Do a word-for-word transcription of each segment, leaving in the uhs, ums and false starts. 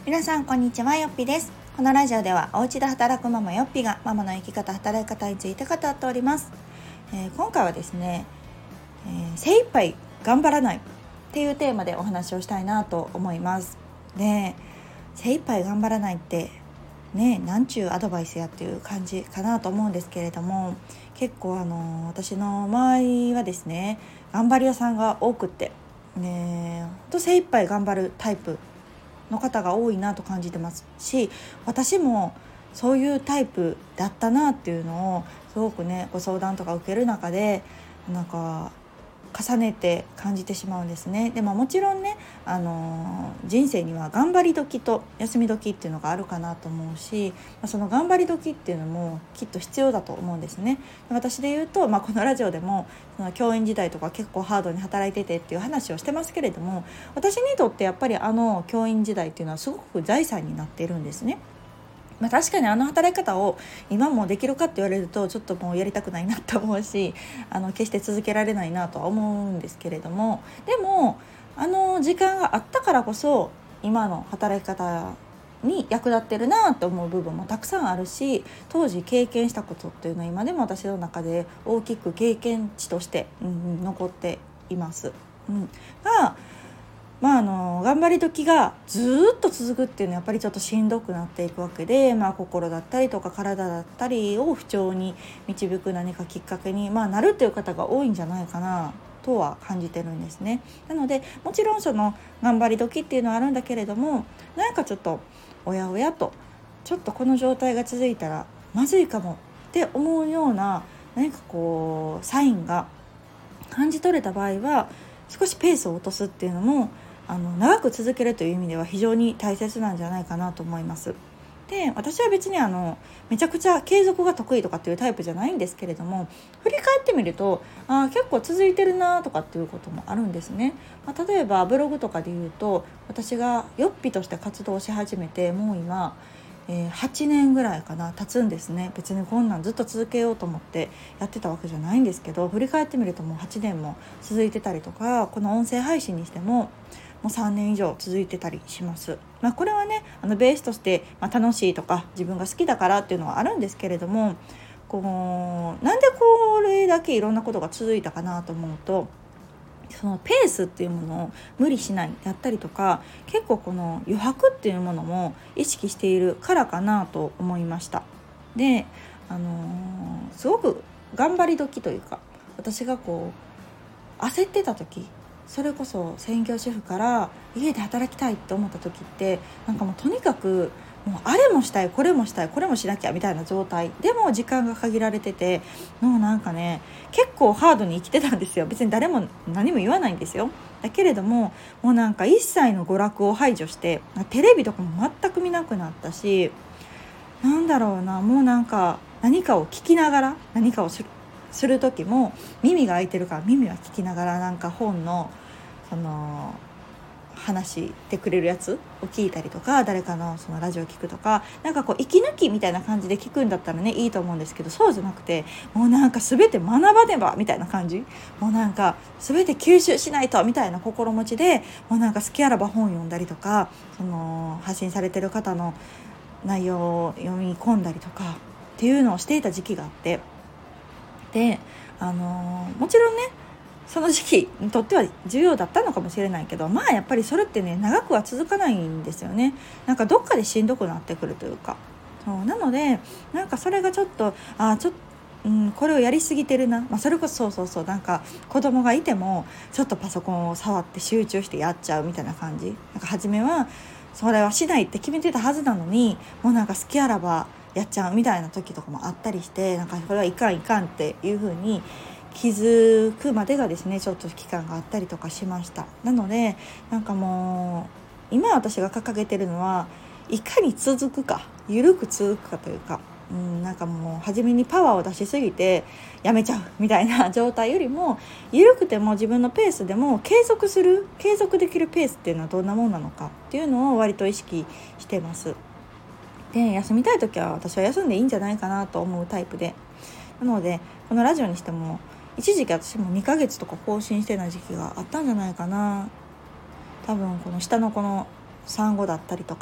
皆さんこんにちは、よっぴです。このラジオではお家で働くママよっぴがママの生き方、働き方について語っております。えー、今回はですね、えー、精一杯頑張らないっていうテーマでお話をしたいなと思います。で、精一杯頑張らないってね、なんちゅうアドバイスやっていう感じかなと思うんですけれども、結構あの私の周りはですね、頑張り屋さんが多くってね、ほんと精一杯頑張るタイプの方が多いなと感じてますし、私もそういうタイプだったなっていうのをすごくね、ご相談とか受ける中でなんか重ねて感じてしまうんですね。でももちろんね、あのー、人生には頑張り時と休み時っていうのがあるかなと思うし、その頑張り時っていうのもきっと必要だと思うんですね。私で言うと、まあ、このラジオでもその教員時代とか結構ハードに働いててっていう話をしてますけれども、私にとってやっぱりあの教員時代っていうのはすごく財産になっているんですね。まあ、確かにあの働き方を今もできるかって言われるとちょっともうやりたくないなと思うし、あの決して続けられないなとは思うんですけれども、でもあの時間があったからこそ今の働き方に役立ってるなと思う部分もたくさんあるし、当時経験したことっていうのは今でも私の中で大きく経験値として、うん、残っています。うん、がまあ、あの頑張り時がずっと続くっていうのはやっぱりちょっとしんどくなっていくわけで、まあ、心だったりとか体だったりを不調に導く何かきっかけに、まあ、なるっていう方が多いんじゃないかなとは感じてるんですね。なのでもちろんその頑張り時っていうのはあるんだけれども、なんかちょっとおやおやとちょっとこの状態が続いたらまずいかもって思うような何かこうサインが感じ取れた場合は、少しペースを落とすっていうのもあの長く続けるという意味では非常に大切なんじゃないかなと思います。で、私は別にあのめちゃくちゃ継続が得意とかっていうタイプじゃないんですけれども、振り返ってみるとあ結構続いてるなとかっていうこともあるんですね。まあ、例えばブログとかで言うと、私がよっぴとして活動し始めてもう今えー、はちねんぐらいかな経つんですね。別にこんなんずっと続けようと思ってやってたわけじゃないんですけど、振り返ってみるともうはちねんも続いてたりとか、この音声配信にしてももうさんねん以上続いてたりします。まあ、これはね、あのベースとして、まあ、楽しいとか自分が好きだからっていうのはあるんですけれども、こうなんでこれだけいろんなことが続いたかなと思うと、そのペースっていうものを無理しないだったりとか、結構この余白っていうものも意識しているからかなと思いました。で、あのー、すごく頑張り時というか、私がこう焦ってた時、それこそ専業主婦から家で働きたいって思った時って、なんかもうとにかくもうあれもしたいこれもしたいこれもしなきゃみたいな状態でも時間が限られてて、もうなんかね結構ハードに生きてたんですよ。別に誰も何も言わないんですよ。だけれどももうなんか一切の娯楽を排除してテレビとかも全く見なくなったし、なんだろうな、もうなんか何かを聞きながら何かをするする時も耳が開いてるから耳は聞きながら、なんか本のその話してくれるやつを聞いたりとか、誰かのそのラジオを聞くとか、なんかこう息抜きみたいな感じで聞くんだったらねいいと思うんですけど、そうじゃなくてもうなんか全て学ばねばみたいな感じ、もうなんか全て吸収しないとみたいな心持ちで、もうなんか好きあらば本読んだりとか、その発信されてる方の内容を読み込んだりとかっていうのをしていた時期があって、で、あのー、もちろんねその時期にとっては重要だったのかもしれないけど、まあやっぱりそれってね長くは続かないんですよね。なんかどっかでしんどくなってくるというか、そうなのでなんかそれがちょっとあちょっとうん、これをやりすぎてるな、まあ、それこそそうそうそうなんか子供がいてもちょっとパソコンを触って集中してやっちゃうみたいな感じ、なんか初めはそれはしないって決めてたはずなのに、もうなんか好きあらばやっちゃうみたいな時とかもあったりして、なんかこれはいかんいかんっていう風に気づくまでがですねちょっと期間があったりとかしました。なのでなんかもう今私が掲げてるのは、いかに続くか緩く続くかというか、うん、なんかもう初めにパワーを出しすぎてやめちゃうみたいな状態よりも、緩くても自分のペースでも継続する継続できるペースっていうのはどんなもんなのかっていうのを割と意識してます。で、休みたい時は私は休んでいいんじゃないかなと思うタイプで、なのでこのラジオにしても一時期私もにかげつとか更新してない時期があったんじゃないかな。多分この下の子の産後だったりとか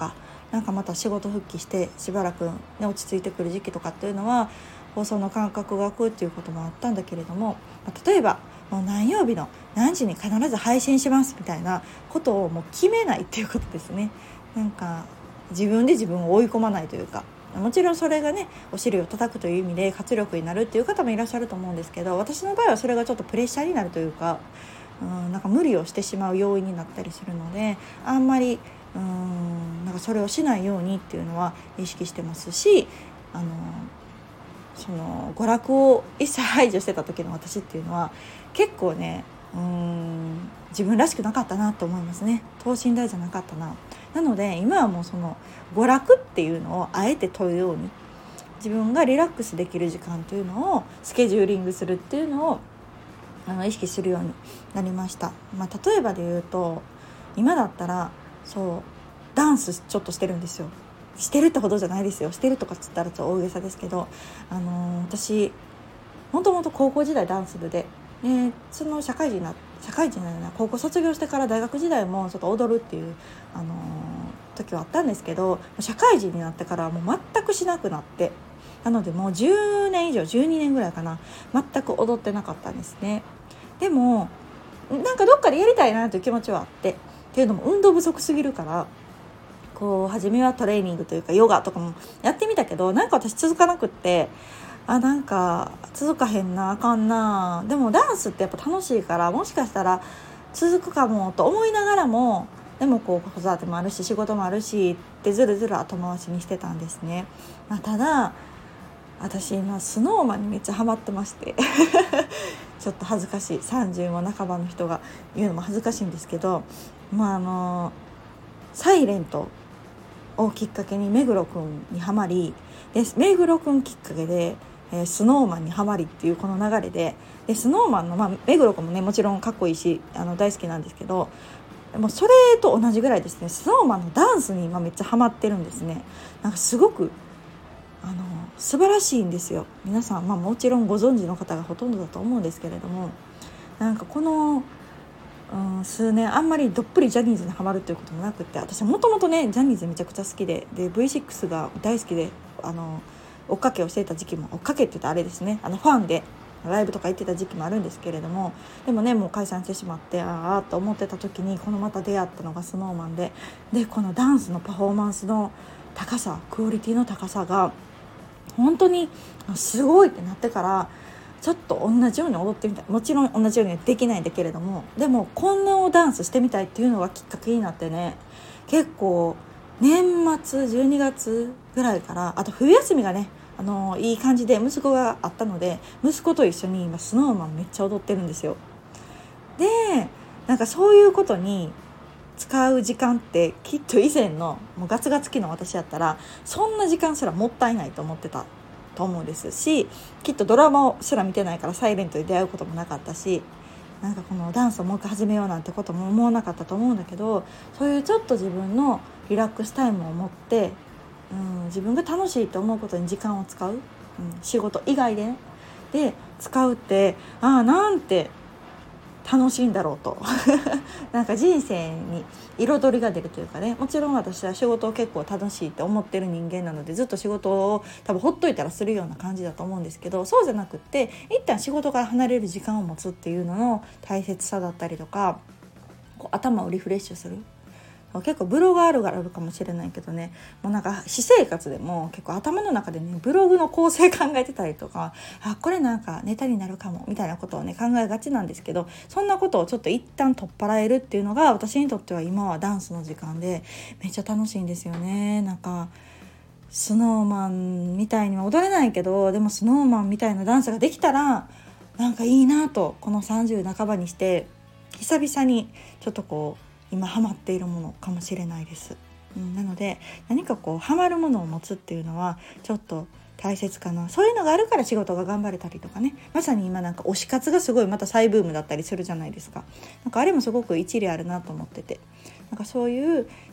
なんかまた仕事復帰してしばらく、ね、落ち着いてくる時期とかっていうのは放送の間隔が空くっていうこともあったんだけれども、例えばもう何曜日の何時に必ず配信しますみたいなことをもう決めないっていうことですね。なんか自分で自分を追い込まないというか、もちろんそれがねお尻を叩くという意味で活力になるっていう方もいらっしゃると思うんですけど、私の場合はそれがちょっとプレッシャーになるというか、うん、なんか無理をしてしまう要因になったりするので、あんまりうんなんかそれをしないようにっていうのは意識してますし、あのその娯楽を一切排除してた時の私っていうのは結構ね、うーん自分らしくなかったなと思いますね。等身大じゃなかったな。なので今はもうその娯楽っていうのをあえて取るように、自分がリラックスできる時間というのをスケジューリングするっていうのをあの意識するようになりました。まあ、例えばで言うと今だったらそうダンスちょっとしてるんですよ。してるってほどじゃないですよ。してるとかっつったらちょっと大げさですけど、あのー、私もともと高校時代ダンス部で、えー、その社会人な社会人じゃないな高校卒業してから大学時代もちょっと踊るっていう、あのー、時はあったんですけど、社会人になってからはもう全くしなくなって、なのでもうじゅうねん以上じゅうにねんぐらいかな全く踊ってなかったんですね。でもなんかどっかでやりたいなという気持ちはあって、っていうのも運動不足すぎるから、こう初めはトレーニングというかヨガとかもやってみたけど、なんか私続かなくって、あなんか続かへんなあかんな、でもダンスってやっぱ楽しいからもしかしたら続くかもと思いながらも、でもこう子育てもあるし仕事もあるしってずるずる後回しにしてたんですね。まあ、ただ私今スノーマンにめっちゃハマってましてちょっと恥ずかしい、さんじゅうも半ばの人が言うのも恥ずかしいんですけど、まああのサイレントをきっかけに目黒くんにハマり、で目黒くんきっかけで、えー、スノーマンにハマりっていうこの流れで、でスノーマンの、まあ、目黒くんもねもちろんかっこいいしあの大好きなんですけど、もうそれと同じぐらいですね、スノーマンのダンスに今めっちゃハマってるんですね。なんかすごくあの素晴らしいんですよ。皆さん、まあ、もちろんご存知の方がほとんどだと思うんですけれども、なんかこのうん、数年あんまりどっぷりジャニーズにハマるということもなくって、私もともとねジャニーズめちゃくちゃ好きで、で ブイシックス が大好きで、あの追っかけをしていた時期も、追っかけって言ったらあれですね、あのファンでライブとか行ってた時期もあるんですけれども、でもねもう解散してしまって、ああと思ってた時にこのまた出会ったのが スノーマン で、でこのダンスのパフォーマンスの高さ、クオリティの高さが本当にすごいってなってから、ちょっと同じように踊ってみたい。もちろん同じようにはできないんだけれども、でもこんなをダンスしてみたいっていうのがきっかけになってね、結構年末じゅうにがつぐらいから、あと冬休みがねあのいい感じで息子があったので、息子と一緒に今スノーマンめっちゃ踊ってるんですよ。でなんかそういうことに使う時間ってきっと以前のもうガツガツ期の私やったらそんな時間すらもったいないと思ってたと思うんですし、きっとドラマをすら見てないからサイレントに出会うこともなかったし、なんかこのダンスをもう一回始めようなんてことも思わなかったと思うんだけど、そういうちょっと自分のリラックスタイムを持って、うん、自分が楽しいと思うことに時間を使う、うん、仕事以外でねで使うって、ああなんて楽しいんだろうとなんか人生に彩りが出るというかね、もちろん私は仕事を結構楽しいって思ってる人間なので、ずっと仕事を多分ほっといたらするような感じだと思うんですけど、そうじゃなくって一旦仕事から離れる時間を持つっていうのの大切さだったりとか、こう頭をリフレッシュする、結構ブログあるがあるかもしれないけどね、もうなんか私生活でも結構頭の中でねブログの構成考えてたりとか、あこれなんかネタになるかもみたいなことをね考えがちなんですけど、そんなことをちょっと一旦取っ払えるっていうのが私にとっては今はダンスの時間でめっちゃ楽しいんですよね。なんかスノーマンみたいには踊れないけど、でもスノーマンみたいなダンスができたらなんかいいなと、このさんじゅう半ばにして久々にちょっとこう今ハマっているものかもしれないです、うん、なので何かこうハマるものを持つっていうのはちょっと大切かな。そういうのがあるから仕事が頑張れたりとかね、まさに今なんか推し活がすごいまた再ブームだったりするじゃないですか。なんかあれもすごく一理あるなと思ってて、なんかそういう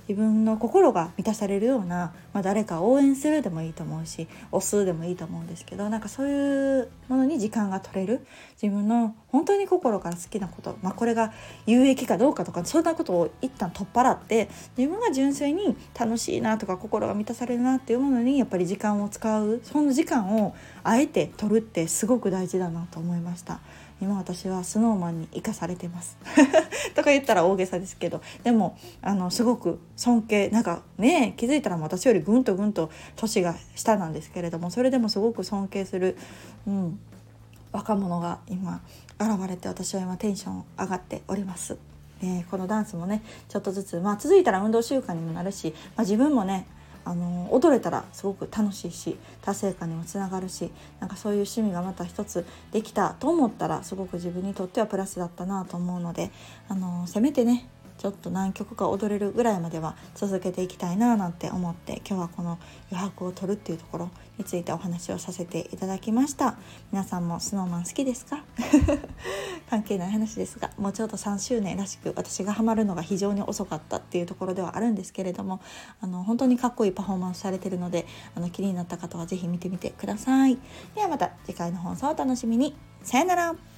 自分の心が満たされるような、まあ、誰かを応援するでもいいと思うし、推すでもいいと思うんですけど、なんかそういうものに時間が取れる、自分の本当に心から好きなこと、まあ、これが有益かどうかとかそんなことを一旦取っ払って、自分が純粋に楽しいなとか心が満たされるなっていうものにやっぱり時間を使う、その時間をあえて取るってすごく大事だなと思いました。今私はスノーマンに生かされてますとか言ったら大げさですけど、でもあのすごく尊敬、なんかね、気づいたら私よりぐんとぐんと年が下なんですけれども、それでもすごく尊敬する、うん、若者が今現れて、私は今テンション上がっております。ね、このダンスもねちょっとずつ、まあ、続いたら運動習慣にもなるし、まあ、自分もねあの踊れたらすごく楽しいし達成感にもつながるし、なんかそういう趣味がまた一つできたと思ったらすごく自分にとってはプラスだったなと思うので、あのせめてねちょっと何曲か踊れるぐらいまでは続けていきたいななんて思って、今日はこの余白を取るっていうところについてお話をさせていただきました。皆さんもスノーマン好きですか関係ない話ですが、もうちょっとさんしゅうねんらしく私がハマるのが非常に遅かったっていうところではあるんですけれども、あの本当にかっこいいパフォーマンスされているので、あの気になった方はぜひ見てみてください。ではまた次回の放送をお楽しみに。さよなら。